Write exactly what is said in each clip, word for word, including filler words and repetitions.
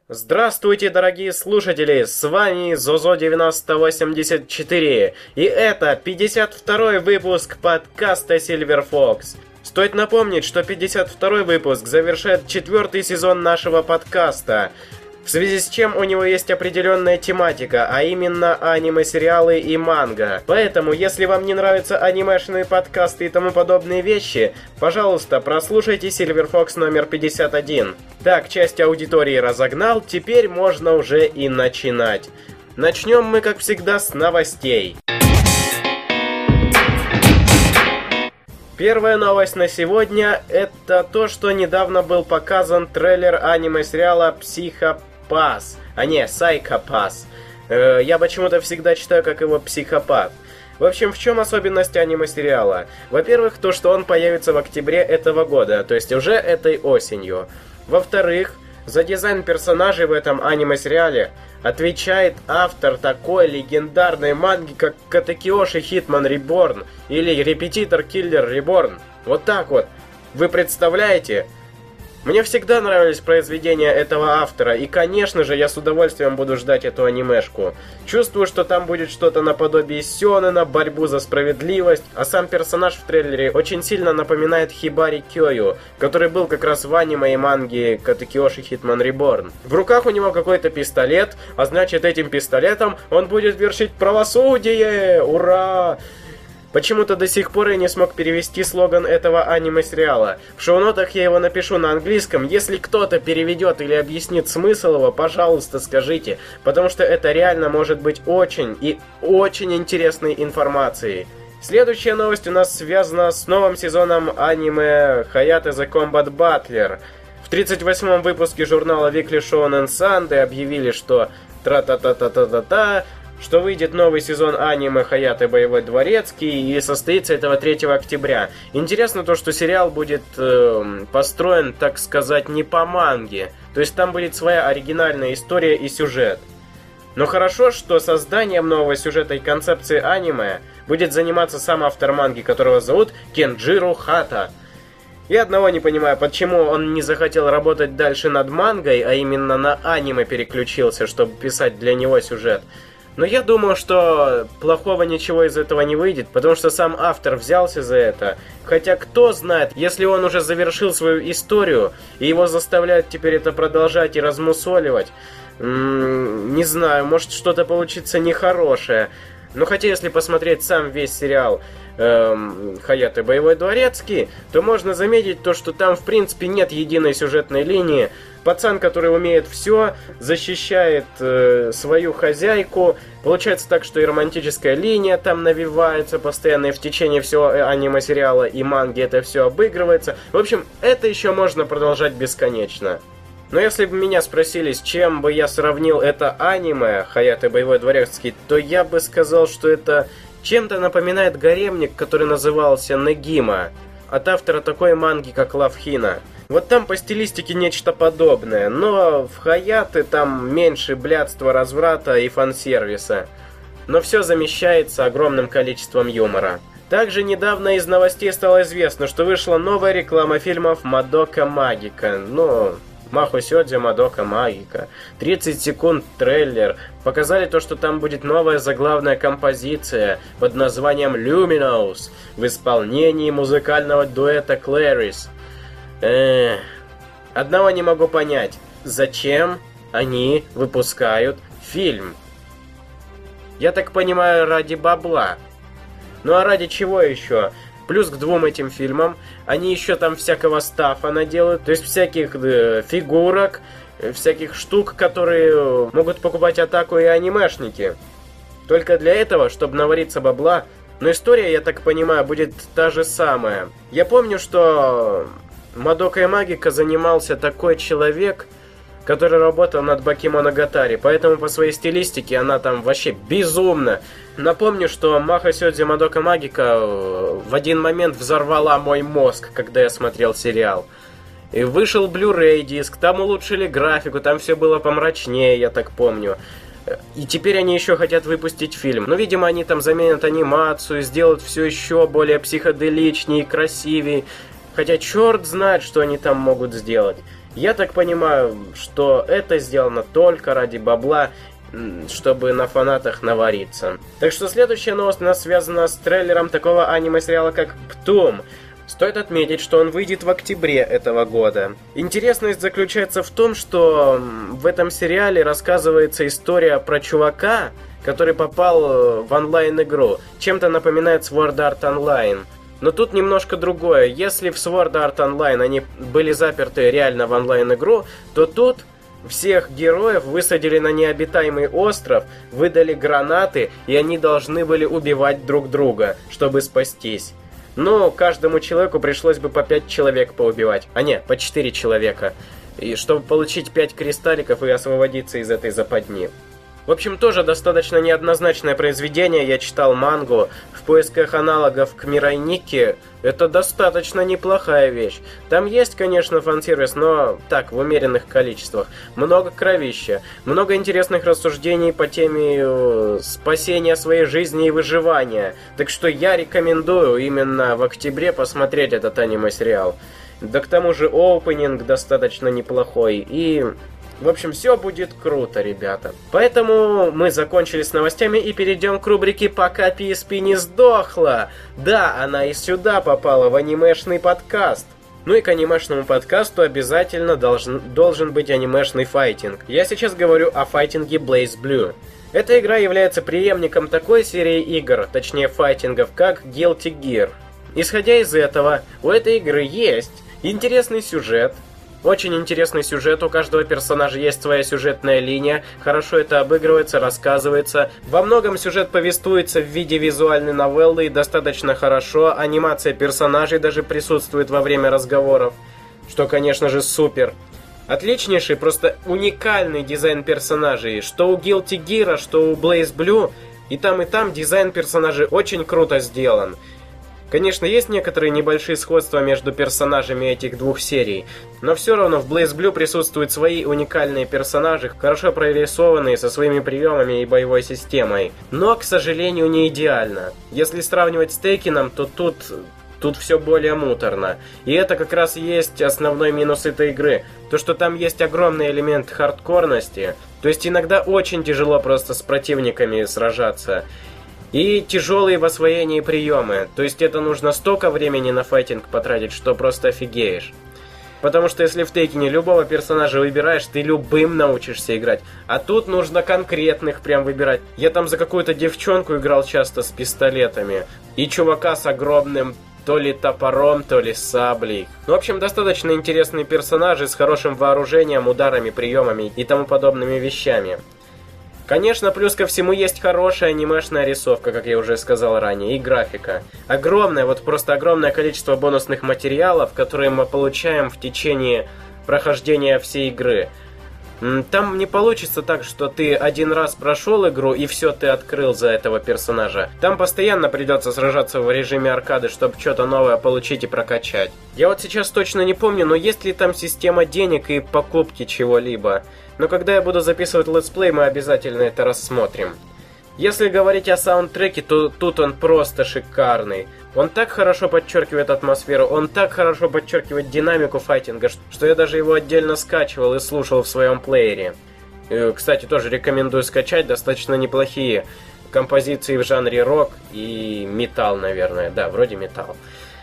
Здравствуйте, дорогие слушатели, с вами Зозо девяносто восемьдесят четыре, и это пятьдесят второй выпуск подкаста Silver Fox. Стоит напомнить, что пятьдесят второй выпуск завершает четвертый сезон нашего подкаста, в связи с чем у него есть определенная тематика, а именно аниме-сериалы и манга. Поэтому, если вам не нравятся анимешные подкасты и тому подобные вещи, пожалуйста, прослушайте Silver Fox номер пятьдесят один. Так, часть аудитории разогнал, теперь можно уже и начинать. Начнем мы, как всегда, с новостей. Первая новость на сегодня – это то, что недавно был показан трейлер аниме-сериала «Психопас», а не «Сайкопас». Э, я почему-то всегда читаю как его «Психопат». В общем, в чем особенность аниме-сериала? Во-первых, то, что он появится в октябре этого года, то есть уже этой осенью. Во-вторых, за дизайн персонажей в этом аниме-сериале отвечает автор такой легендарной манги, как Катакиоши Хитман Реборн или Репетитор Киллер Реборн. Вот так вот. Вы представляете? Мне всегда нравились произведения этого автора, и, конечно же, я с удовольствием буду ждать эту анимешку. Чувствую, что там будет что-то наподобие сёнэна, борьбу за справедливость, а сам персонаж в трейлере очень сильно напоминает Хибари Кёю, который был как раз в аниме и манге Катакиоши Хитман Реборн. В руках у него какой-то пистолет, а значит, этим пистолетом он будет вершить правосудие! Ура! Почему-то до сих пор я не смог перевести слоган этого аниме-сериала. В шоу-нотах я его напишу на английском. Если кто-то переведет или объяснит смысл его, пожалуйста, скажите. Потому что это реально может быть очень и очень интересной информацией. Следующая новость у нас связана с новым сезоном аниме Hayate the Combat Butler. В тридцать восьмом выпуске журнала Weekly Shonen Sunday объявили, что тра-та-та-та-та-та-та, что выйдет новый сезон аниме «Hayate Боевой Дворецкий» и состоится этого третьего октября. Интересно то, что сериал будет э, построен, так сказать, не по манге. То есть там будет своя оригинальная история и сюжет. Но хорошо, что созданием нового сюжета и концепции аниме будет заниматься сам автор манги, которого зовут Кенджиро Хата. Я одного не понимаю, почему он не захотел работать дальше над мангой, а именно на аниме переключился, чтобы писать для него сюжет. Но я думаю, что плохого ничего из этого не выйдет, потому что сам автор взялся за это. Хотя кто знает, если он уже завершил свою историю, и его заставляют теперь это продолжать и размусоливать, м-м, не знаю, может что-то получится нехорошее. Но хотя если посмотреть сам весь сериал эм, «Hayate Боевой Дворецкий», то можно заметить то, что там в принципе нет единой сюжетной линии. Пацан, который умеет все, защищает э, свою хозяйку. Получается так, что и романтическая линия там навивается постоянно, и в течение всего аниме-сериала и манги это все обыгрывается. В общем, это еще можно продолжать бесконечно. Но если бы меня спросили, с чем бы я сравнил это аниме «Hayate Боевой Дворецкий», то я бы сказал, что это чем-то напоминает гаремник, который назывался «Негима», от автора такой манги, как Love Hina. Вот там по стилистике нечто подобное, но в Hayate там меньше блядства, разврата и фан-сервиса. Но все замещается огромным количеством юмора. Также недавно из новостей стало известно, что вышла новая реклама фильмов «Мадока Магика». Ну, Махо Сёдзе Мадока Магика. тридцать секунд трейлер. Показали то, что там будет новая заглавная композиция под названием Luminous в исполнении музыкального дуэта Claris. Эх, одного не могу понять. Зачем они выпускают фильм? Я так понимаю, ради бабла. Ну а ради чего еще? Плюс к двум этим фильмам они еще там всякого стафа наделают, то есть всяких э, фигурок, э, всяких штук, которые могут покупать Атаку и анимешники. Только для этого, чтобы навариться бабла. Но история, я так понимаю, будет та же самая. Я помню, что Мадокой Магика занимался такой человек, который работал над Бакимоногатари, поэтому по своей стилистике она там вообще безумна. Напомню, что Махо Сёдзе Мадока Магика в один момент взорвала мой мозг, когда я смотрел сериал. И вышел Blu-ray диск, там улучшили графику, там все было помрачнее, я так помню. И теперь они еще хотят выпустить фильм. Но, видимо, они там заменят анимацию, сделают все еще более психоделичнее и красивее. Хотя черт знает, что они там могут сделать. Я так понимаю, что это сделано только ради бабла, чтобы на фанатах навариться. Так что следующая новость у нас связана с трейлером такого аниме-сериала, как Птум. Стоит отметить, что он выйдет в октябре этого года. Интересность заключается в том, что в этом сериале рассказывается история про чувака, который попал в онлайн-игру. Чем-то напоминает Sword Art Online. Но тут немножко другое. Если в Sword Art Online они были заперты реально в онлайн-игру, то тут всех героев высадили на необитаемый остров, выдали гранаты, и они должны были убивать друг друга, чтобы спастись. Но каждому человеку пришлось бы по пять человек поубивать. А не, по четыре человека. И чтобы получить пять кристалликов и освободиться из этой западни. В общем, тоже достаточно неоднозначное произведение. Я читал мангу. В поисках аналогов к Мирай Никки это достаточно неплохая вещь. Там есть, конечно, фан-сервис, но так, в умеренных количествах. Много кровища. Много интересных рассуждений по теме э, спасения своей жизни и выживания. Так что я рекомендую именно в октябре посмотреть этот аниме-сериал. Да к тому же опенинг достаточно неплохой. И... В общем, все будет круто, ребята. Поэтому мы закончили с новостями и перейдем к рубрике «Пока пи эс пи не сдохла». Да, она и сюда попала, в анимешный подкаст. Ну и к анимешному подкасту обязательно должен, должен быть анимешный файтинг. Я сейчас говорю о файтинге BlazBlue. Эта игра является преемником такой серии игр, точнее файтингов, как Guilty Gear. Исходя из этого, у этой игры есть интересный сюжет. Очень интересный сюжет, у каждого персонажа есть своя сюжетная линия, хорошо это обыгрывается, рассказывается. Во многом сюжет повествуется в виде визуальной новеллы и достаточно хорошо, анимация персонажей даже присутствует во время разговоров, что, конечно же, супер. Отличнейший, просто уникальный дизайн персонажей, что у Guilty Gear, что у BlazBlue, и там и там дизайн персонажей очень круто сделан. Конечно, есть некоторые небольшие сходства между персонажами этих двух серий, но все равно в BlazBlue присутствуют свои уникальные персонажи, хорошо прорисованные, со своими приемами и боевой системой. Но, к сожалению, не идеально. Если сравнивать с Текином, то тут... Тут все более муторно. И это как раз и есть основной минус этой игры. То, что там есть огромный элемент хардкорности. То есть иногда очень тяжело просто с противниками сражаться. И тяжелые в освоении приемы. То есть это нужно столько времени на файтинг потратить, что просто офигеешь. Потому что если в Текине любого персонажа выбираешь, ты любым научишься играть. А тут нужно конкретных прям выбирать. Я там за какую-то девчонку играл часто с пистолетами. И чувака с огромным то ли топором, то ли саблей. Ну, в общем, достаточно интересные персонажи с хорошим вооружением, ударами, приемами и тому подобными вещами. Конечно, плюс ко всему есть хорошая анимешная рисовка, как я уже сказал ранее, и графика. Огромное, вот просто огромное количество бонусных материалов, которые мы получаем в течение прохождения всей игры. Там не получится так, что ты один раз прошел игру и все, ты открыл за этого персонажа. Там постоянно придется сражаться в режиме аркады, чтобы что-то новое получить и прокачать. Я вот сейчас точно не помню, но есть ли там система денег и покупки чего-либо. Но когда я буду записывать летсплей, мы обязательно это рассмотрим. Если говорить о саундтреке, то тут он просто шикарный. Он так хорошо подчеркивает атмосферу, он так хорошо подчеркивает динамику файтинга, что я даже его отдельно скачивал и слушал в своем плеере. Кстати, тоже рекомендую скачать, достаточно неплохие композиции в жанре рок и металл, наверное. Да, вроде металл.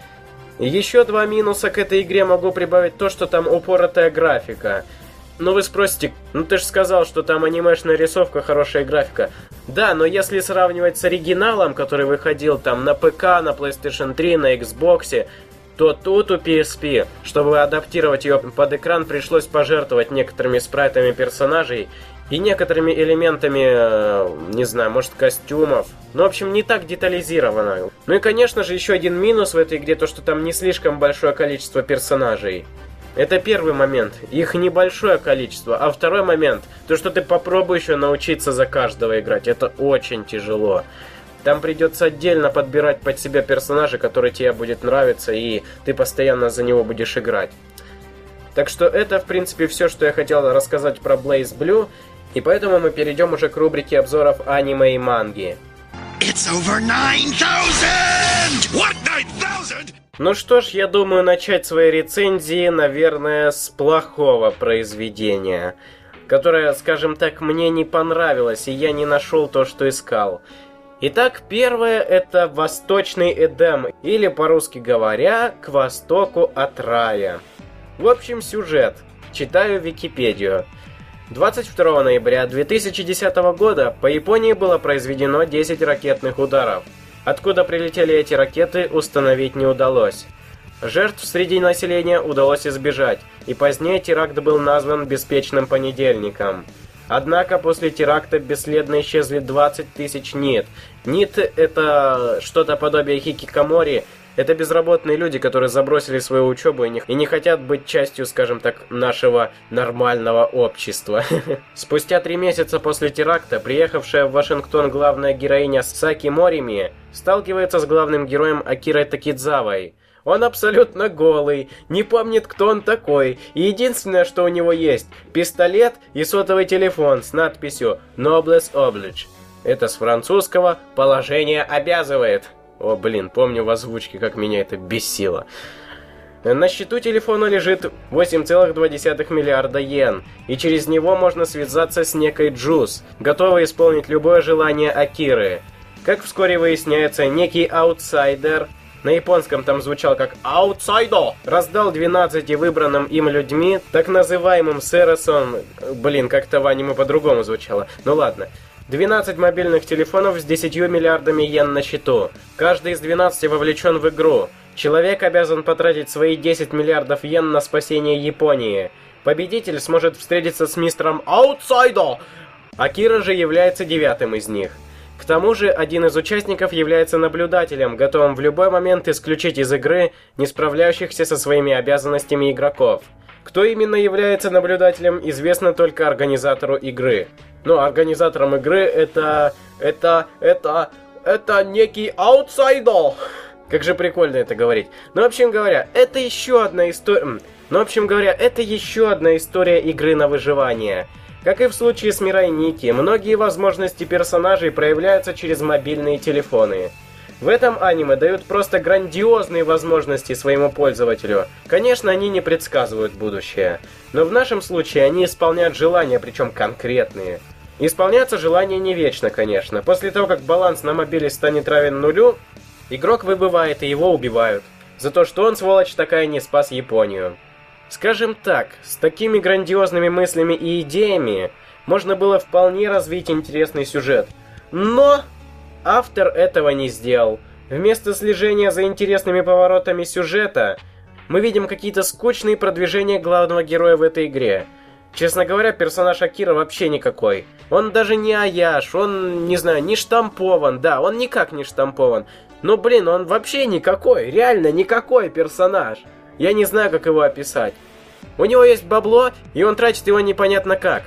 Еще два минуса к этой игре могу прибавить то, что там упоротая графика. Ну вы спросите, ну ты же сказал, что там анимешная рисовка, хорошая графика. Да, но если сравнивать с оригиналом, который выходил там на ПК, на PlayStation три, на Xbox, то тут у пи эс пи, чтобы адаптировать ее под экран, пришлось пожертвовать некоторыми спрайтами персонажей и некоторыми элементами, не знаю, может костюмов. Ну, в общем, не так детализировано. Ну и, конечно же, еще один минус в этой игре, то что там не слишком большое количество персонажей. Это первый момент. Их небольшое количество. А второй момент, то что ты попробуй еще научиться за каждого играть. Это очень тяжело. Там придется отдельно подбирать под себя персонажа, который тебе будет нравиться, и ты постоянно за него будешь играть. Так что это, в принципе, все, что я хотел рассказать про BlazBlue. И поэтому мы перейдем уже к рубрике обзоров аниме и манги. It's over nine thousand! What, nine thousand? Ну что ж, я думаю начать свои рецензии, наверное, с плохого произведения, которое, скажем так, мне не понравилось, и я не нашел то, что искал. Итак, первое — это «Восточный Эдем», или, по-русски говоря, «К востоку от рая». В общем, сюжет. Читаю Википедию. двадцать второго ноября две тысячи десятого года по Японии было произведено десять ракетных ударов. Откуда прилетели эти ракеты, установить не удалось. Жертв среди населения удалось избежать, и позднее теракт был назван «беспечным понедельником». Однако после теракта бесследно исчезли двадцать тысяч НИТ. НИТ — это что-то подобие хикикомори. Это безработные люди, которые забросили свою учебу и не, и не хотят быть частью, скажем так, нашего нормального общества. Спустя три месяца после теракта, приехавшая в Вашингтон главная героиня Саки Морими сталкивается с главным героем Акирой Такидзавой. Он абсолютно голый, не помнит, кто он такой, и единственное, что у него есть – пистолет и сотовый телефон с надписью «Noblesse oblige». Это с французского «Положение обязывает». О, блин, помню в озвучке, как меня это бесило. На счету телефона лежит восемь целых два десятых миллиарда йен, и через него можно связаться с некой Джуз, готовой исполнить любое желание Акиры. Как вскоре выясняется, некий аутсайдер, на японском там звучал как «аутсайдо», раздал двенадцати выбранным им людьми, так называемым сэрэсон, блин, как-то в аниме по-другому звучало, ну ладно, двенадцать мобильных телефонов с десятью миллиардами йен на счету. Каждый из двенадцати вовлечен в игру. Человек обязан потратить свои десять миллиардов йен на спасение Японии. Победитель сможет встретиться с мистером Аутсайдо. Акира же является девятым из них. К тому же, один из участников является наблюдателем, готовым в любой момент исключить из игры не справляющихся со своими обязанностями игроков. Кто именно является наблюдателем, известно только организатору игры. Ну, организатором игры это... это... это... это некий аутсайдер. Как же прикольно это говорить. Ну, в общем говоря, это еще одна история... Ну, в общем говоря, это еще одна история игры на выживание. Как и в случае с Мирай Никки, многие возможности персонажей проявляются через мобильные телефоны. В этом аниме дают просто грандиозные возможности своему пользователю. Конечно, они не предсказывают будущее, но в нашем случае они исполняют желания, причем конкретные. Исполняться желания не вечно, конечно. После того, как баланс на мобиле станет равен нулю, игрок выбывает и его убивают. За то, что он, сволочь такая, не спас Японию. Скажем так, с такими грандиозными мыслями и идеями можно было вполне развить интересный сюжет. Но автор этого не сделал. Вместо слежения за интересными поворотами сюжета, мы видим какие-то скучные продвижения главного героя в этой игре. Честно говоря, персонаж Акира вообще никакой. Он даже не Аяш, он, не знаю, не штампован. Да, он никак не штампован. Но, блин, он вообще никакой, реально никакой персонаж. Я не знаю, как его описать. У него есть бабло, и он тратит его непонятно как.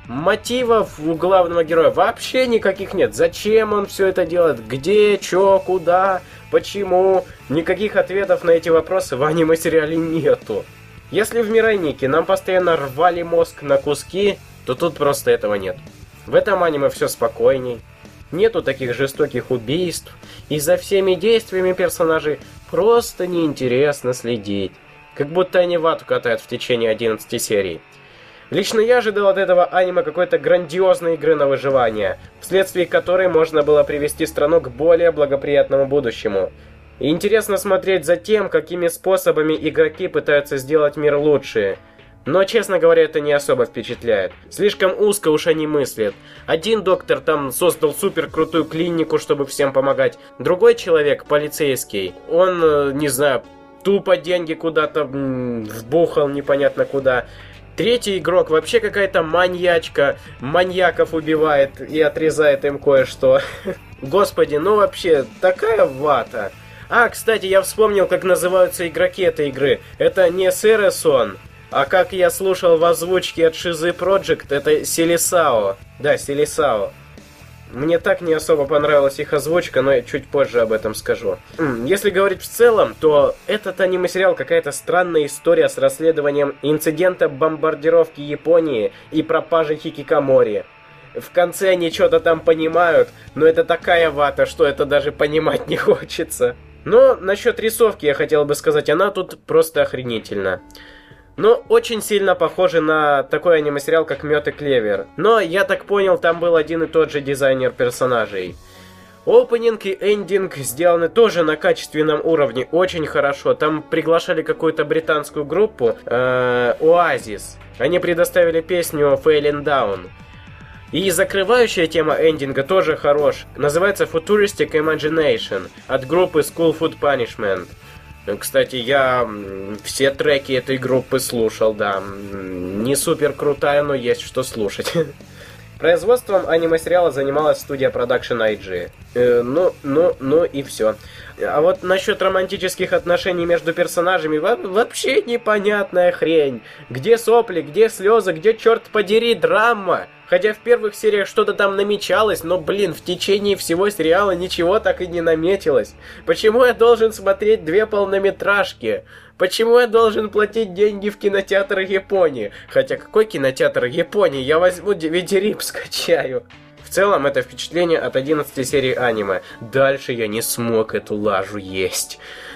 Мотивов у главного героя вообще никаких нет. Зачем он все это делает? Где, чё, куда, почему? Никаких ответов на эти вопросы в аниме-сериале нету. Если в Мирай Никки нам постоянно рвали мозг на куски, то тут просто этого нет. В этом аниме все спокойней. Нету таких жестоких убийств, и за всеми действиями персонажей просто неинтересно следить. Как будто они вату катают в течение одиннадцати серий. Лично я ожидал от этого аниме какой-то грандиозной игры на выживание, вследствие которой можно было привести страну к более благоприятному будущему. И интересно смотреть за тем, какими способами игроки пытаются сделать мир лучше. Но, честно говоря, это не особо впечатляет. Слишком узко уж они мыслят. Один доктор там создал супер крутую клинику, чтобы всем помогать. Другой человек, полицейский, он, не знаю, тупо деньги куда-то вбухал непонятно куда. Третий игрок вообще какая-то маньячка, маньяков убивает и отрезает им кое-что. Господи, ну вообще, такая вата. А, кстати, я вспомнил, как называются игроки этой игры. Это не сэрэсон. А как я слушал в озвучке от Шизы Project, это Селисао. Да, Селисао. Мне так не особо понравилась их озвучка, но я чуть позже об этом скажу. Если говорить в целом, то этот аниме-сериал какая-то странная история с расследованием инцидента бомбардировки Японии и пропажи Хикикомори. В конце они что-то там понимают, но это такая вата, что это даже понимать не хочется. Но насчет рисовки я хотел бы сказать, она тут просто охренительна. Но очень сильно похожи на такой аниме-сериал, как «Мёд и клевер». Но, я так понял, там был один и тот же дизайнер персонажей. Опенинг и эндинг сделаны тоже на качественном уровне, очень хорошо. Там приглашали какую-то британскую группу, э, Oasis. Они предоставили песню Falling Down. И закрывающая тема эндинга тоже хорош. Называется Futuristic Imagination от группы School Food Punishment. Кстати, я все треки этой группы слушал, да. Не супер крутая, но есть что слушать. Производством аниме-сериала занималась студия Production ай джи. Э, ну, ну, ну и все. А вот насчет романтических отношений между персонажами вообще непонятная хрень. Где сопли, где слезы, где, черт подери, драма? Хотя в первых сериях что-то там намечалось, но, блин, в течение всего сериала ничего так и не наметилось. Почему я должен смотреть две полнометражки? Почему я должен платить деньги в кинотеатр Японии? Хотя какой кинотеатр Японии? Я возьму ди ви ди-рип скачаю. В целом это впечатление от одиннадцатой серии аниме. Дальше я не смог эту лажу есть.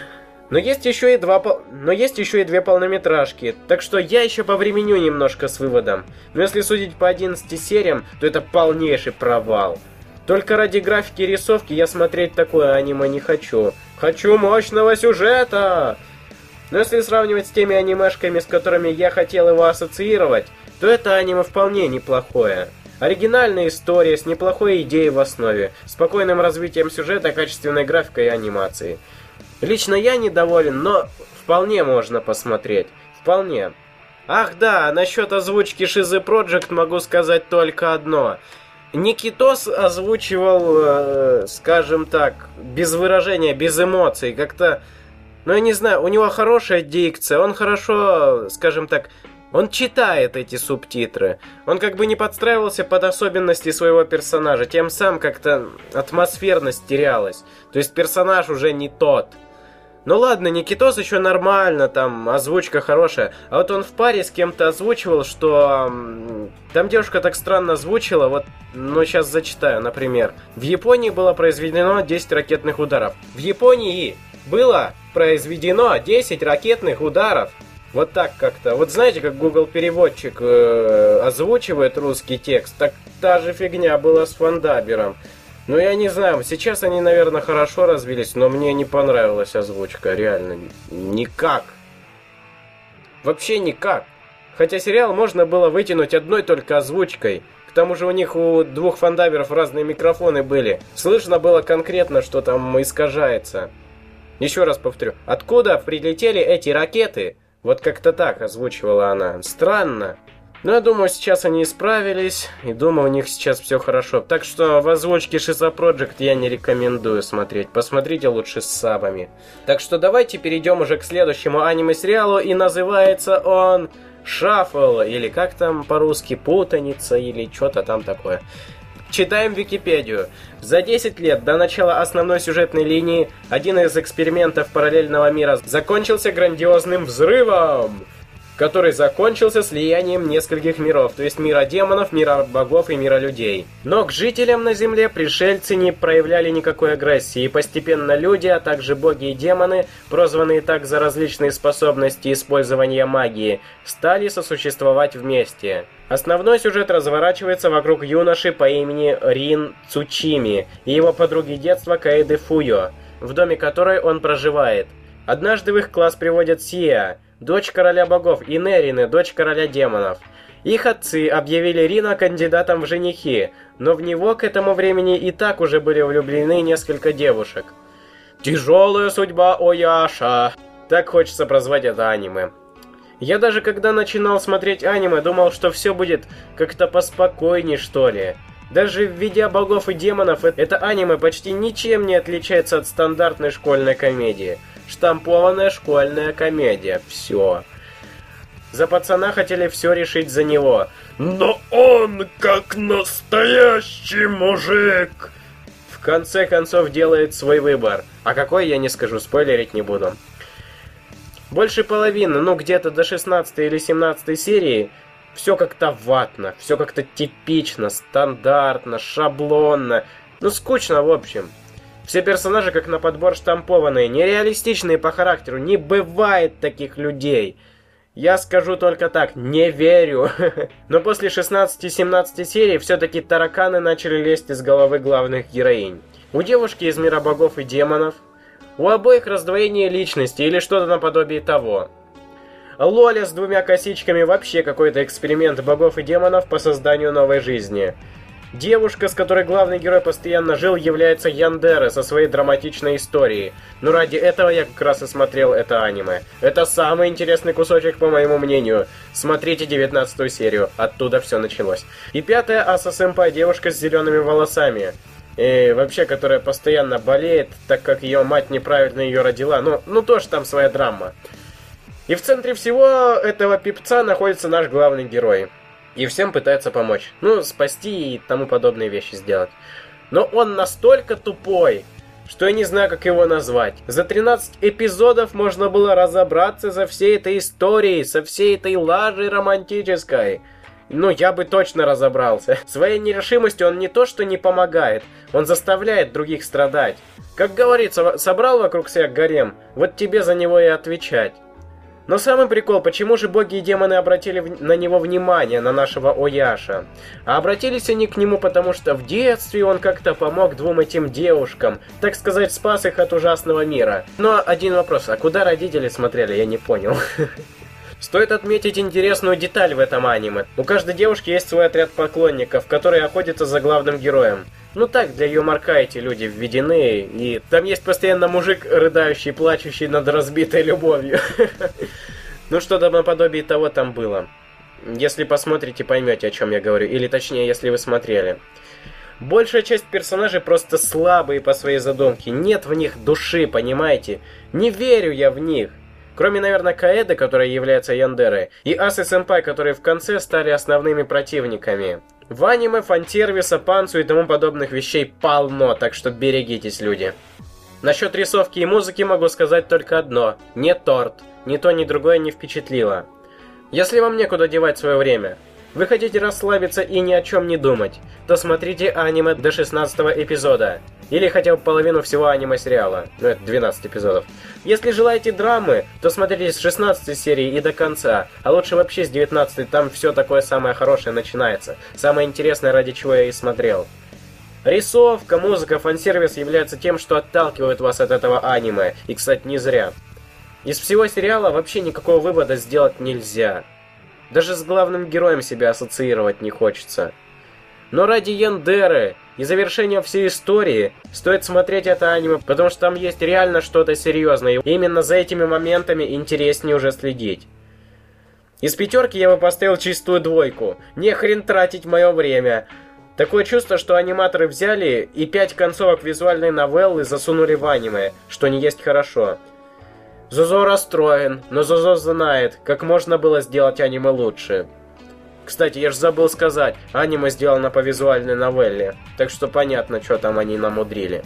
Но есть еще и два, но есть еще и две полнометражки, так что я еще повременю немножко с выводом. Но если судить по одиннадцати сериям, то это полнейший провал. Только ради графики и рисовки я смотреть такое аниме не хочу. Хочу мощного сюжета! Но если сравнивать с теми анимешками, с которыми я хотел его ассоциировать, то это аниме вполне неплохое. Оригинальная история с неплохой идеей в основе, спокойным развитием сюжета, качественной графикой и анимацией. Лично я недоволен, но вполне можно посмотреть. Вполне. Ах да, насчет озвучки Шизы Проджект могу сказать только одно. Никитос озвучивал, э, скажем так, без выражения, без эмоций, как-то... Ну, я не знаю, у него хорошая дикция, он хорошо, скажем так, он читает эти субтитры. Он как бы не подстраивался под особенности своего персонажа, тем самым как-то атмосферность терялась. То есть персонаж уже не тот. Ну ладно, Никитос еще нормально, там озвучка хорошая. А вот он в паре с кем-то озвучивал, что... Там девушка так странно озвучила, вот, ну сейчас зачитаю, например. В Японии было произведено десять ракетных ударов. В Японии было произведено десять ракетных ударов. Вот так как-то. Вот знаете, как Google переводчик э, озвучивает русский текст, так та же фигня была с Фандабером. Ну, я не знаю, сейчас они, наверное, хорошо развились, но мне не понравилась озвучка, реально. Никак. Вообще никак. Хотя сериал можно было вытянуть одной только озвучкой. К тому же у них у двух фандаберов разные микрофоны были. Слышно было конкретно, что там искажается. Еще раз повторю. Откуда прилетели эти ракеты? Вот как-то так озвучивала она. Странно. Но я думаю, сейчас они исправились, и думаю, у них сейчас все хорошо. Так что в озвучке Шиза Проджект я не рекомендую смотреть. Посмотрите лучше с сабами. Так что давайте перейдем уже к следующему аниме-сериалу, и называется он «Шаффл», или как там по-русски, «Путаница», или что-то там такое. Читаем Википедию. За десять лет до начала основной сюжетной линии один из экспериментов параллельного мира закончился грандиозным взрывом, который закончился слиянием нескольких миров, то есть мира демонов, мира богов и мира людей. Но к жителям на Земле пришельцы не проявляли никакой агрессии, и постепенно люди, а также боги и демоны, прозванные так за различные способности использования магии, стали сосуществовать вместе. Основной сюжет разворачивается вокруг юноши по имени Рин Цучими и его подруги детства Каэды Фуё, в доме которой он проживает. Однажды в их класс приводят Сиа, дочь короля богов, и Нерины, дочь короля демонов. Их отцы объявили Рина кандидатом в женихи, но в него к этому времени и так уже были влюблены несколько девушек. Тяжелая судьба Ояша. Так хочется прозвать это аниме. Я даже когда начинал смотреть аниме, думал, что все будет как-то поспокойней, что ли. Даже введя богов и демонов, это аниме почти ничем не отличается от стандартной школьной комедии. Штампованная школьная комедия. Все. За пацана хотели все решить за него. Но он, как настоящий мужик, в конце концов делает свой выбор. А какой, я не скажу, спойлерить не буду. Больше половины, ну где-то до шестнадцатой или семнадцатой серии, все как-то ватно, все как-то типично, стандартно, шаблонно. Ну скучно в общем. Все персонажи как на подбор штампованные, нереалистичные по характеру, не бывает таких людей. Я скажу только так, не верю. Но после шестнадцати-семнадцати серий все-таки тараканы начали лезть из головы главных героинь. У девушки из мира богов и демонов, у обоих раздвоение личности или что-то наподобие того. Лоля с двумя косичками вообще какой-то эксперимент богов и демонов по созданию новой жизни. Девушка, с которой главный герой постоянно жил, является Яндере со своей драматичной историей. Но ради этого я как раз и смотрел это аниме. Это самый интересный кусочек, по моему мнению. Смотрите девятнадцатую серию, оттуда все началось. И пятая Аса-сэмпай, девушка с зелеными волосами. И вообще, которая постоянно болеет, так как ее мать неправильно ее родила. Ну, ну тоже там своя драма. И в центре всего этого пипца находится наш главный герой. И всем пытается помочь. Ну, спасти и тому подобные вещи сделать. Но он настолько тупой, что я не знаю, как его назвать. За тринадцать эпизодов можно было разобраться за всей этой историей, со всей этой лажей романтической. Ну, я бы точно разобрался. Своей нерешимостью он не то что не помогает, он заставляет других страдать. Как говорится, собрал вокруг себя гарем, вот тебе за него и отвечать. Но самый прикол, почему же боги и демоны обратили на него внимание, на нашего Ояша? А обратились они к нему, потому что в детстве он как-то помог двум этим девушкам, так сказать, спас их от ужасного мира. Но один вопрос, а куда родители смотрели, я не понял. Стоит отметить интересную деталь в этом аниме. У каждой девушки есть свой отряд поклонников, которые охотятся за главным героем. Ну так, для юморка эти люди введены, и там есть постоянно мужик, рыдающий, плачущий над разбитой любовью. Ну что-то наподобие того там было. Если посмотрите, поймете, о чем я говорю, или точнее, если вы смотрели. Большая часть персонажей просто слабые по своей задумке, нет в них души, понимаете? Не верю я в них. Кроме, наверное, Каэды, которая является Яндерой, и Асы-сэмпай, которые в конце стали основными противниками. В аниме фан-сервиса, панцу и тому подобных вещей полно, так что берегитесь, люди. Насчет рисовки и музыки могу сказать только одно. Не торт. Ни то, ни другое не впечатлило. Если вам некуда девать свое время, вы хотите расслабиться и ни о чем не думать, то смотрите аниме до шестнадцатого эпизода. Или хотя бы половину всего аниме-сериала. Ну, это двенадцать эпизодов. Если желаете драмы, то смотрите с шестнадцатой серии и до конца. А лучше вообще с девятнадцатой, там все такое самое хорошее начинается. Самое интересное, ради чего я и смотрел. Рисовка, музыка, фан-сервис являются тем, что отталкивает вас от этого аниме. И, кстати, не зря. Из всего сериала вообще никакого вывода сделать нельзя. Даже с главным героем себя ассоциировать не хочется. Но ради Яндеры и завершения всей истории стоит смотреть это аниме, потому что там есть реально что-то серьезное. И именно за этими моментами интереснее уже следить. Из пятерки я бы поставил чистую двойку. Не хрен тратить мое время. Такое чувство, что аниматоры взяли и пять концовок визуальной новеллы засунули в аниме, что не есть хорошо. Зозо расстроен, но Зозо знает, как можно было сделать аниме лучше. Кстати, я ж забыл сказать, аниме сделано по визуальной новелле, так что понятно, что там они намудрили.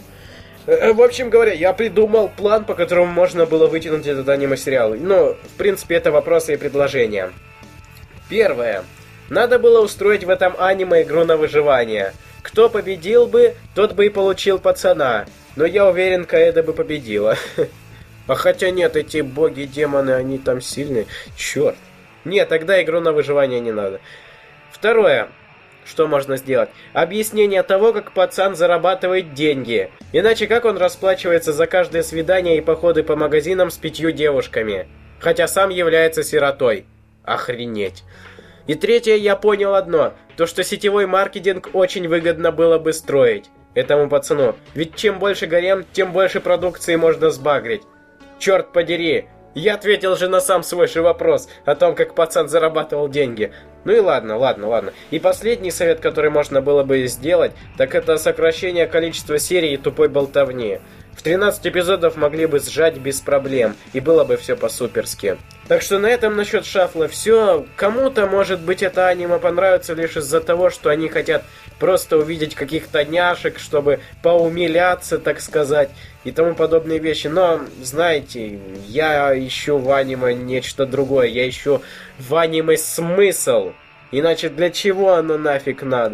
В общем говоря, я придумал план, по которому можно было вытянуть этот аниме-сериал. Ну, в принципе, это вопросы и предложения. Первое. Надо было устроить в этом аниме игру на выживание. Кто победил бы, тот бы и получил пацана. Но я уверен, Каэда бы победила. А хотя нет, эти боги-демоны, они там сильные. Черт. Нет, тогда игру на выживание не надо. Второе. Что можно сделать? Объяснение того, как пацан зарабатывает деньги. Иначе как он расплачивается за каждое свидание и походы по магазинам с пятью девушками? Хотя сам является сиротой. Охренеть. И третье, я понял одно. То, что сетевой маркетинг очень выгодно было бы строить этому пацану. Ведь чем больше гарем, тем больше продукции можно сбагрить. Черт подери. Я ответил же на сам свой же вопрос о том, как пацан зарабатывал деньги. Ну и ладно, ладно, ладно. И последний совет, который можно было бы сделать, так это сокращение количества серий и тупой болтовни. В тринадцать эпизодов могли бы сжать без проблем, и было бы все по-суперски. Так что на этом насчет шафла все. Кому-то, может быть, это аниме понравится лишь из-за того, что они хотят просто увидеть каких-то няшек, чтобы поумиляться, так сказать, и тому подобные вещи. Но, знаете, я ищу в аниме нечто другое. Я ищу в аниме смысл. Иначе для чего оно нафиг надо?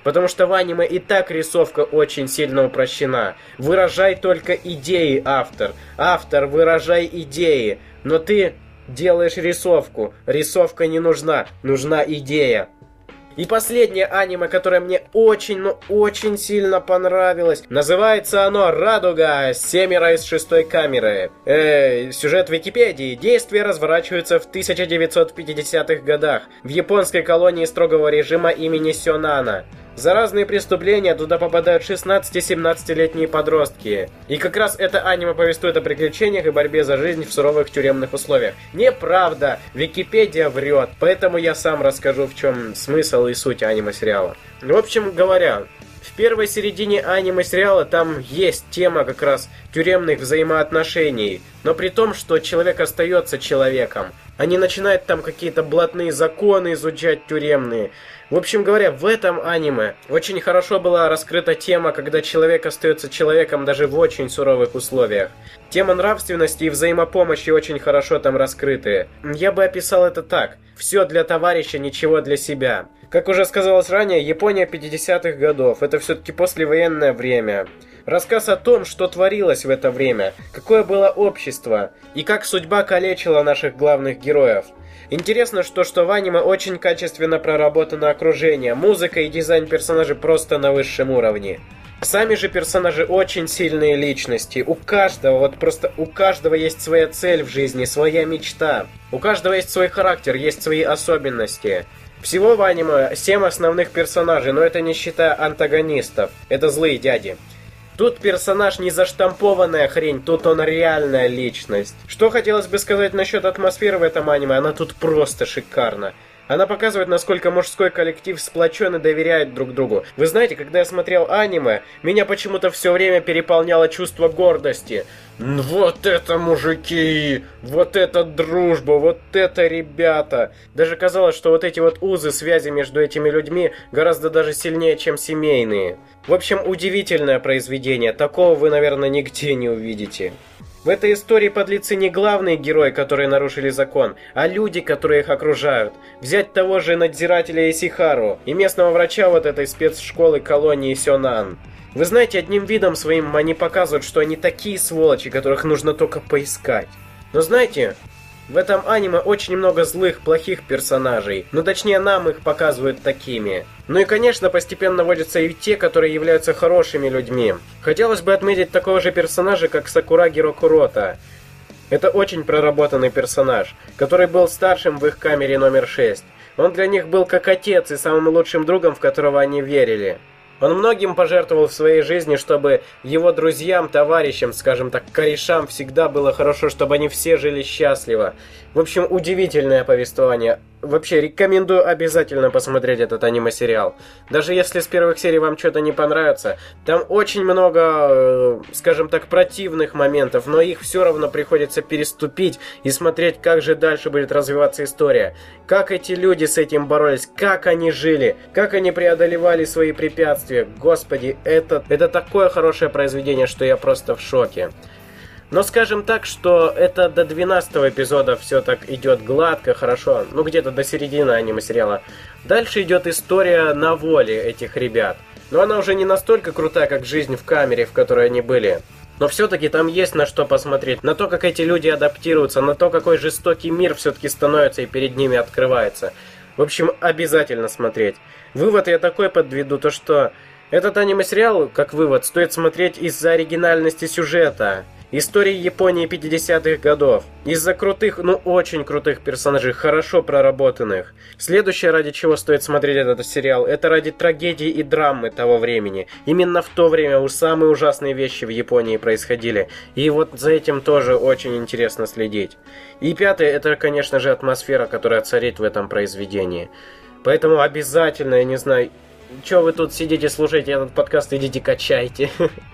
Потому что в аниме и так рисовка очень сильно упрощена. Выражай только идеи, автор. Автор, выражай идеи. Но ты делаешь рисовку. Рисовка не нужна. Нужна идея. И последнее аниме, которое мне очень, ну очень сильно понравилось. Называется оно «Радуга. Семеро из шестой камеры». Э, сюжет в Википедии. Действие разворачивается в тысяча девятьсот пятидесятых годах в японской колонии строгого режима имени Сёнана. За разные преступления туда попадают шестнадцати-семнадцатилетние подростки. И как раз это аниме повествует о приключениях и борьбе за жизнь в суровых тюремных условиях. Неправда! Википедия врет, поэтому я сам расскажу, в чем смысл и суть аниме-сериала. В общем говоря, в первой середине аниме-сериала там есть тема как раз тюремных взаимоотношений, но при том, что человек остается человеком, а не начинает там какие-то блатные законы изучать тюремные. В общем говоря, в этом аниме очень хорошо была раскрыта тема, когда человек остается человеком даже в очень суровых условиях. Тема нравственности и взаимопомощи очень хорошо там раскрыты. Я бы описал это так. Все для товарища, ничего для себя. Как уже сказалось ранее, Япония пятидесятых годов. Это все-таки послевоенное время. Рассказ о том, что творилось в это время, какое было общество и как судьба калечила наших главных героев. Интересно, что, что в аниме очень качественно проработано окружение, музыка и дизайн персонажей просто на высшем уровне. Сами же персонажи очень сильные личности. У каждого, вот просто у каждого есть своя цель в жизни, своя мечта. У каждого есть свой характер, есть свои особенности. Всего в аниме семь основных персонажей, но это не считая антагонистов. Это злые дяди. Тут персонаж не заштампованная хрень, тут он реальная личность. Что хотелось бы сказать насчет атмосферы в этом аниме, она тут просто шикарна. Она показывает, насколько мужской коллектив сплочен и доверяет друг другу. Вы знаете, когда я смотрел аниме, меня почему-то все время переполняло чувство гордости. Вот это мужики! Вот это дружба! Вот это ребята! Даже казалось, что вот эти вот узы, связи между этими людьми гораздо даже сильнее, чем семейные. В общем, удивительное произведение. Такого вы, наверное, нигде не увидите. В этой истории подлецы не главные герои, которые нарушили закон, а люди, которые их окружают. Взять того же надзирателя Исихару и местного врача вот этой спецшколы колонии Сёнан. Вы знаете, одним видом своим они показывают, что они такие сволочи, которых нужно только поискать. Но знаете, в этом аниме очень много злых, плохих персонажей. Ну, точнее, нам их показывают такими. Ну и, конечно, постепенно вводятся и те, которые являются хорошими людьми. Хотелось бы отметить такого же персонажа, как Сакураги Рокурота. Это очень проработанный персонаж, который был старшим в их камере номер шесть. Он для них был как отец и самым лучшим другом, в которого они верили. Он многим пожертвовал в своей жизни, чтобы его друзьям, товарищам, скажем так, корешам всегда было хорошо, чтобы они все жили счастливо. В общем, удивительное повествование. Вообще, рекомендую обязательно посмотреть этот аниме-сериал. Даже если с первых серий вам что-то не понравится, там очень много, э, скажем так, противных моментов, но их все равно приходится переступить и смотреть, как же дальше будет развиваться история. Как эти люди с этим боролись, как они жили, как они преодолевали свои препятствия. Господи, это, это такое хорошее произведение, что я просто в шоке. Но скажем так, что это до двенадцатого эпизода все так идет гладко, хорошо, ну где-то до середины аниме-сериала. Дальше идет история на воле этих ребят. Но она уже не настолько крутая, как жизнь в камере, в которой они были. Но все-таки там есть на что посмотреть, на то, как эти люди адаптируются, на то, какой жестокий мир все-таки становится и перед ними открывается. В общем, обязательно смотреть. Вывод я такой подведу, то что этот аниме-сериал, как вывод, стоит смотреть из-за оригинальности сюжета. Истории Японии пятидесятых годов. Из-за крутых, ну очень крутых персонажей, хорошо проработанных. Следующее, ради чего стоит смотреть этот сериал, это ради трагедии и драмы того времени. Именно в то время уж самые ужасные вещи в Японии происходили. И вот за этим тоже очень интересно следить. И пятое, это, конечно же, атмосфера, которая царит в этом произведении. Поэтому обязательно, я не знаю, что вы тут сидите, слушаете этот подкаст, идите качайте.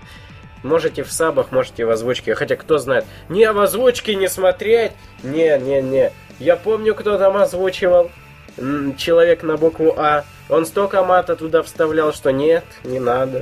Можете в сабах, можете в озвучке. Хотя, кто знает. Не, в озвучке не смотреть. Не, не, не. Я помню, кто там озвучивал. Человек на букву А. Он столько мата туда вставлял, что нет, не надо.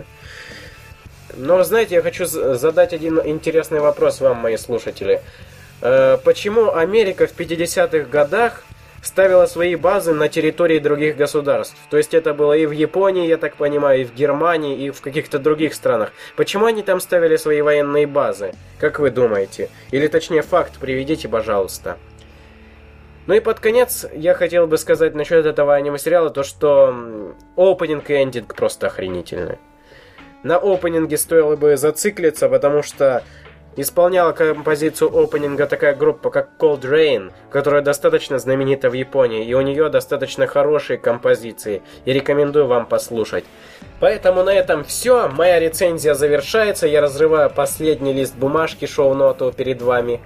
Но, знаете, я хочу задать один интересный вопрос вам, мои слушатели. Почему Америка в пятидесятых годах ставила свои базы на территории других государств. То есть это было и в Японии, я так понимаю, и в Германии, и в каких-то других странах. Почему они там ставили свои военные базы? Как вы думаете? Или точнее факт приведите, пожалуйста. Ну и под конец я хотел бы сказать насчет этого аниме-сериала, то что опенинг и эндинг просто охренительны. На опенинге стоило бы зациклиться, потому что исполняла композицию опенинга такая группа, как Cold Rain, которая достаточно знаменита в Японии, и у нее достаточно хорошие композиции, и рекомендую вам послушать. Поэтому на этом все, моя рецензия завершается, я разрываю последний лист бумажки, шоу-ноту перед вами.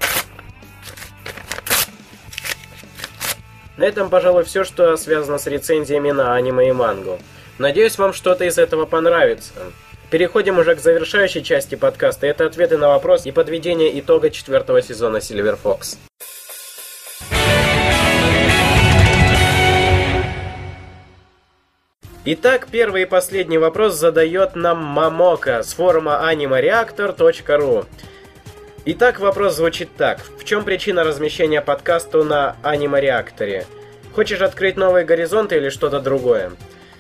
На этом, пожалуй, все, что связано с рецензиями на аниме и мангу. Надеюсь, вам что-то из этого понравится. Переходим уже к завершающей части подкаста. Это ответы на вопрос и подведение итога четвертого сезона Silver Fox. Итак, первый и последний вопрос задает нам Мамока с форума аниме реактор точка ру. Итак, вопрос звучит так. В чем причина размещения подкаста на аниме-реакторе? Хочешь открыть новые горизонты или что-то другое?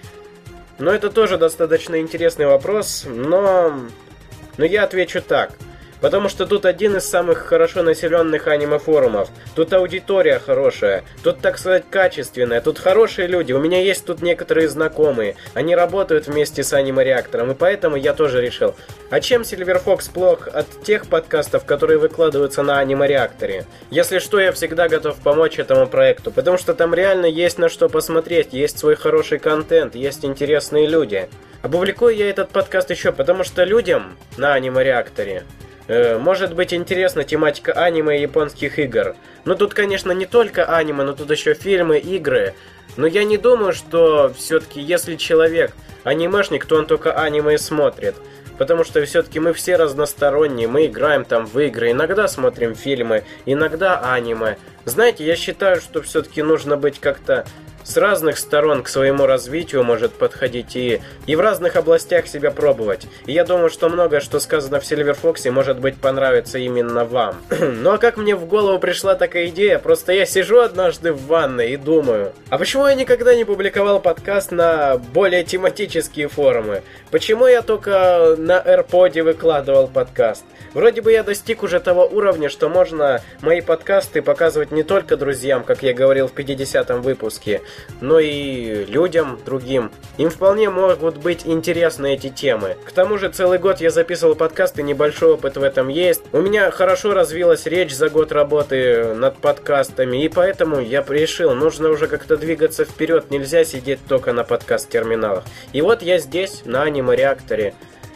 Ну, это тоже достаточно интересный вопрос, но... но я отвечу так. Потому что тут один из самых хорошо населенных аниме-форумов. Тут аудитория хорошая, тут, так сказать, качественная, тут хорошие люди. У меня есть тут некоторые знакомые. Они работают вместе с аниме-реактором, и поэтому я тоже решил. А чем Silver Fox плох от тех подкастов, которые выкладываются на аниме-реакторе? Если что, я всегда готов помочь этому проекту, потому что там реально есть на что посмотреть, есть свой хороший контент, есть интересные люди. Опубликую я этот подкаст еще, потому что людям на аниме-реакторе может быть интересна тематика аниме и японских игр. Ну тут, конечно, не только аниме, но тут еще фильмы, игры. Но я не думаю, что все-таки если человек анимешник, то он только аниме и смотрит. Потому что все-таки мы все разносторонние, мы играем там в игры, иногда смотрим фильмы, иногда аниме. Знаете, я считаю, что все-таки нужно быть как-то с разных сторон к своему развитию может подходить и, и в разных областях себя пробовать. И я думаю, что многое, что сказано в Silver Fox, может быть понравится именно вам. Ну а как мне в голову пришла такая идея? Просто я сижу однажды в ванной и думаю, а почему я никогда не публиковал подкаст на более тематические форумы? Почему я только на AirPod выкладывал подкаст? Вроде бы я достиг уже того уровня, что можно мои подкасты показывать не только друзьям, как я говорил в пятидесятом выпуске, но и людям другим. Им вполне могут быть интересны эти темы. К тому же целый год я записывал подкасты, небольшой опыт в этом есть. У меня хорошо развилась речь за год работы над подкастами, и поэтому я решил, нужно уже как-то двигаться вперед, нельзя сидеть только на подкаст-терминалах. И вот я здесь, на аниме-реакторе.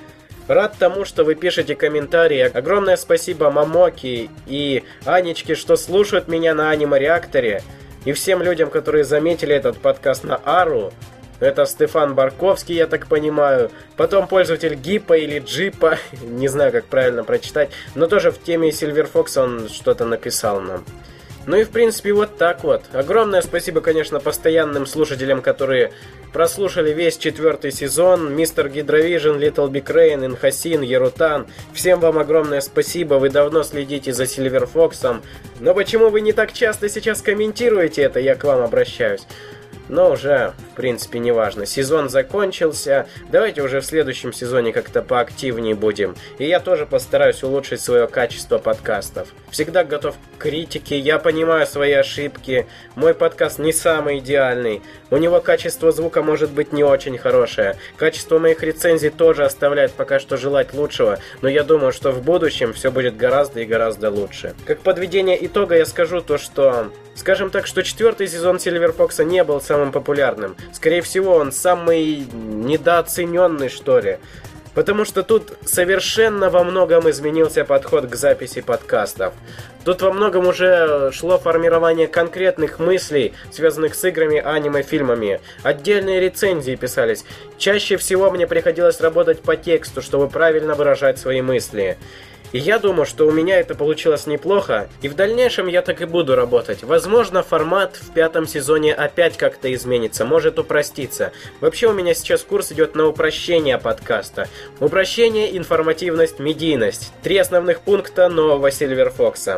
Рад тому, что вы пишете комментарии. Огромное спасибо Мамоки и Анечке, что слушают меня на аниме-реакторе. И всем людям, которые заметили этот подкаст на Ару. Это Стефан Барковский, я так понимаю. Потом пользователь Гипа или Джипа. Не знаю, как правильно прочитать. Но тоже в теме Silver Fox он что-то написал нам. Ну и в принципе вот так вот. Огромное спасибо, конечно, постоянным слушателям, которые прослушали весь четвертый сезон. Мистер Гидровижн, Little Big Rain, Инхасин, Ерутан. Всем вам огромное спасибо, вы давно следите за Silver Fox. Но почему вы не так часто сейчас комментируете это, я к вам обращаюсь. Но уже, в принципе, не важно. Сезон закончился. Давайте уже в следующем сезоне как-то поактивнее будем. И я тоже постараюсь улучшить свое качество подкастов. Всегда готов к критике. Я понимаю свои ошибки. Мой подкаст не самый идеальный. У него качество звука может быть не очень хорошее. Качество моих рецензий тоже оставляет пока что желать лучшего. Но я думаю, что в будущем все будет гораздо и гораздо лучше. Как подведение итога я скажу то, что... Скажем так, что четвертый сезон Silver Fox не был самым популярным. Скорее всего, он самый недооцененный, что ли. Потому что тут совершенно во многом изменился подход к записи подкастов. Тут во многом уже шло формирование конкретных мыслей, связанных с играми, аниме, фильмами. Отдельные рецензии писались. Чаще всего мне приходилось работать по тексту, чтобы правильно выражать свои мысли. И я думаю, что у меня это получилось неплохо, и в дальнейшем я так и буду работать. Возможно, формат в пятом сезоне опять как-то изменится, может упроститься. Вообще у меня сейчас курс идет на упрощение подкаста. Упрощение, информативность, медийность. Три основных пункта нового Silver Fox.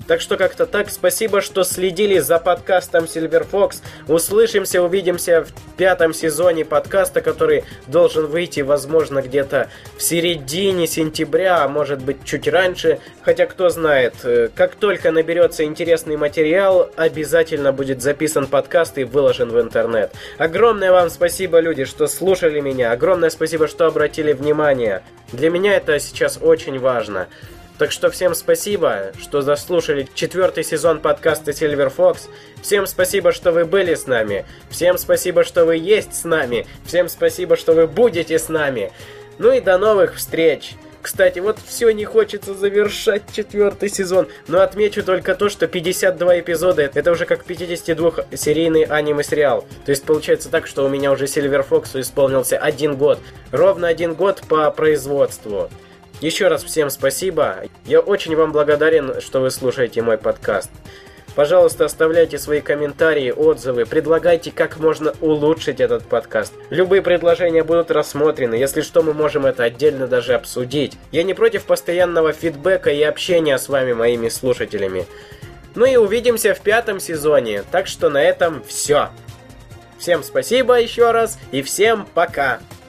Так что как-то так. Спасибо, что следили за подкастом Silver Fox. Услышимся, увидимся в пятом сезоне подкаста, который должен выйти, возможно, где-то в середине сентября, а может быть чуть раньше. Хотя кто знает, как только наберется интересный материал, обязательно будет записан подкаст и выложен в интернет. Огромное вам спасибо, люди, что слушали меня. Огромное спасибо, что обратили внимание. Для меня это сейчас очень важно. Так что всем спасибо, что заслушали четвертый сезон подкаста Silver Fox. Всем спасибо, что вы были с нами. Всем спасибо, что вы есть с нами. Всем спасибо, что вы будете с нами. Ну и до новых встреч. Кстати, вот все не хочется завершать четвертый сезон, но отмечу только то, что пятьдесят два эпизода — это уже как пятидесятидвухсерийный аниме-сериал. То есть получается так, что у меня уже Silver Fox исполнился один год. Ровно один год по производству. Еще раз всем спасибо. Я очень вам благодарен, что вы слушаете мой подкаст. Пожалуйста, оставляйте свои комментарии, отзывы, предлагайте, как можно улучшить этот подкаст. Любые предложения будут рассмотрены, если что, мы можем это отдельно даже обсудить. Я не против постоянного фидбэка и общения с вами, моими слушателями. Ну и увидимся в пятом сезоне, так что на этом все. Всем спасибо еще раз и всем пока!